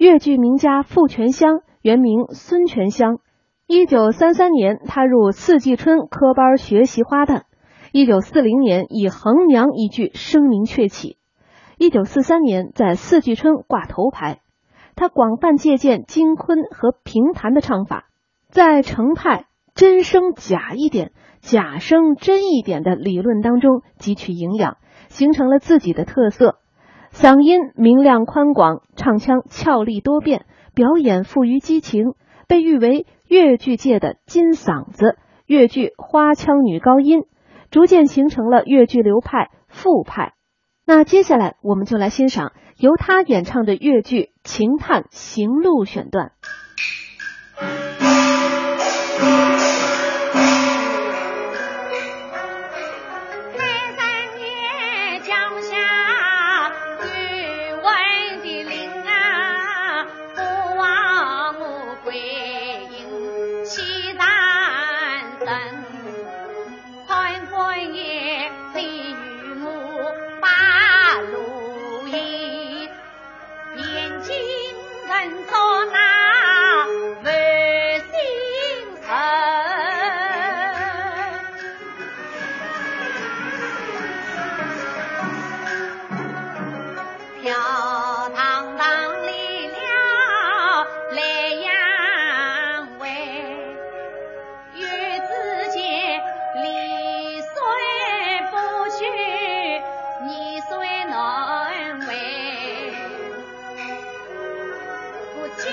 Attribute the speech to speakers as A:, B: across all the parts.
A: 越剧名家傅全香，原名孙全香。1933年，他入四季春科班学习花旦。1940年，以横娘一剧声名鹊起。1943年，在四季春挂头牌。他广泛借鉴京昆和评弹的唱法，在程派真声假一点、假声真一点的理论当中汲取营养，形成了自己的特色。嗓音明亮宽广，唱腔俏丽多变，表演富于激情，被誉为越剧界的金嗓子、越剧花腔女高音，逐渐形成了越剧流派傅派。那接下来我们就来欣赏由他演唱的越剧《情探行路》选段。
B: 不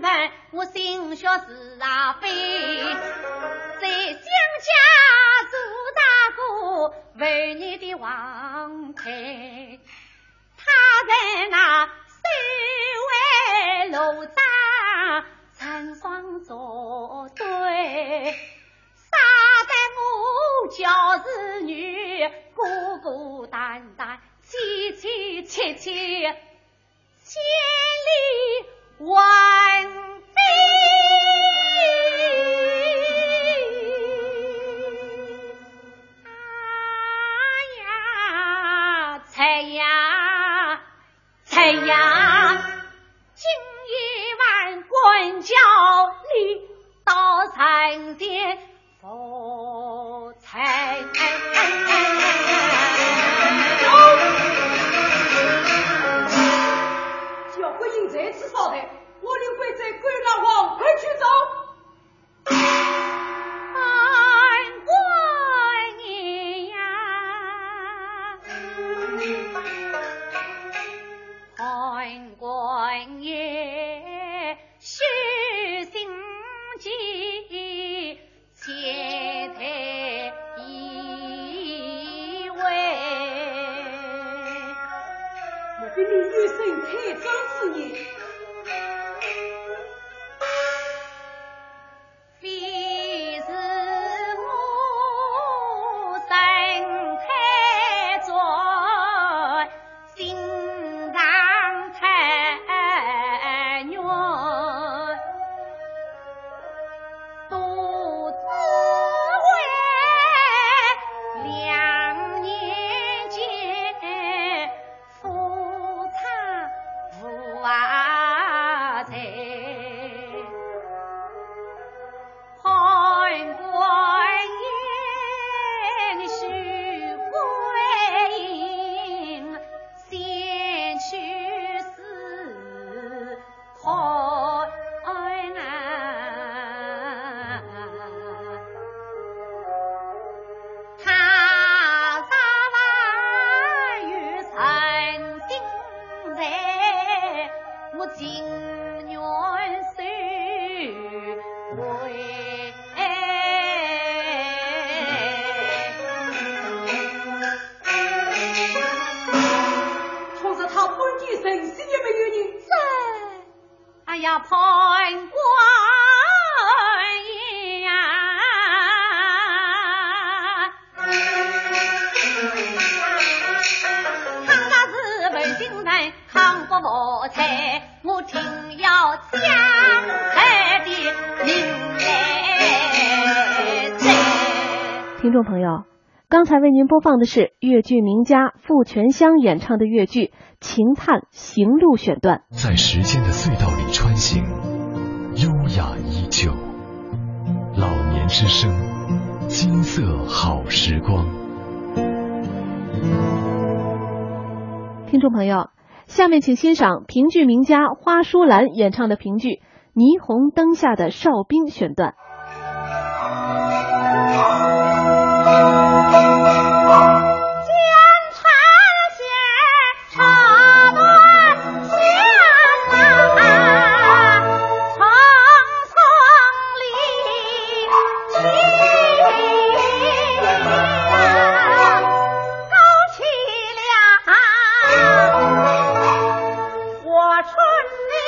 B: 问我心血是啊非，在乡家做大哥为你的王配，他在那守卫楼上成双作对，杀得我教子女孤孤单单凄凄切切千里万飞。哎呀，今夜晚官教里到神仙佛财。
C: 教会因这次烧的，我领会在归南王快去走。
B: 官爷虚心计，且待一位。
C: 我给你一生开张之言，
B: 非是我生开转心上太远，独自为2年前夫差无啊财，汉官言许归隐，先去死海南。他啥玩与神心在，我情愿受为。
C: 从着他本地神仙也没有人。
B: 哎呀，判官爷呀，他那是为京人抗不我财，我听要江海的名来在。
A: 听众朋友，刚才为您播放的是越剧名家傅全香演唱的越剧《情探行路》选段。
D: 在时间的隧道里穿行，优雅依旧，老年之声，金色好时光。
A: 听众朋友，下面请欣赏评剧名家花淑兰演唱的评剧《霓虹灯下的哨兵》选段。
B: 我春